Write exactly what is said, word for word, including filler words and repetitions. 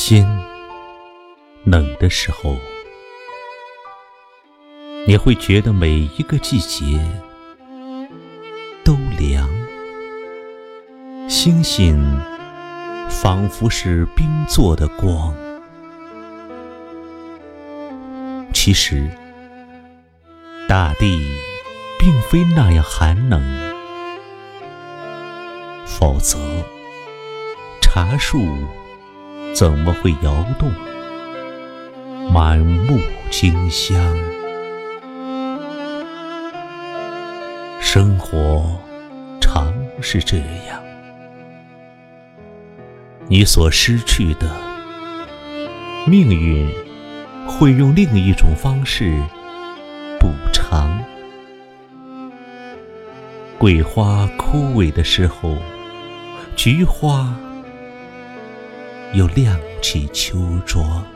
心冷的时候，你会觉得每一个季节都凉，星星仿佛是冰做的光。其实大地并非那样寒冷，否则茶树怎么会摇动，满目清香？生活常是这样，你所失去的，命运会用另一种方式补偿。桂花枯萎的时候，菊花又亮起秋妆。